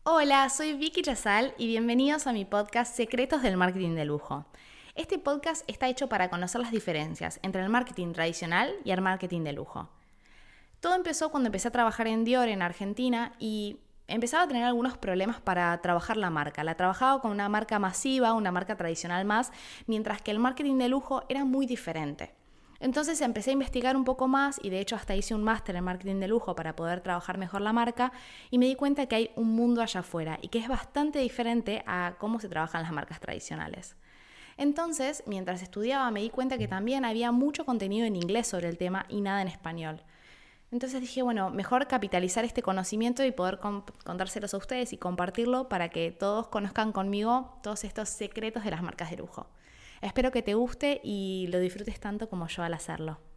Hola, soy Vicky Chazal y bienvenidos a mi podcast Secretos del Marketing de Lujo. Este podcast está hecho para conocer las diferencias entre el marketing tradicional y el marketing de lujo. Todo empezó cuando empecé a trabajar en Dior en Argentina y empezaba a tener algunos problemas para trabajar la marca. La trabajaba con una marca masiva, una marca tradicional más, mientras que el marketing de lujo era muy diferente. Entonces empecé a investigar un poco más y de hecho hasta hice un máster en marketing de lujo para poder trabajar mejor la marca y me di cuenta que hay un mundo allá afuera y que es bastante diferente a cómo se trabajan las marcas tradicionales. Entonces, mientras estudiaba me di cuenta que también había mucho contenido en inglés sobre el tema y nada en español. Entonces dije, bueno, mejor capitalizar este conocimiento y poder contárselos a ustedes y compartirlo para que todos conozcan conmigo todos estos secretos de las marcas de lujo. Espero que te guste y lo disfrutes tanto como yo al hacerlo.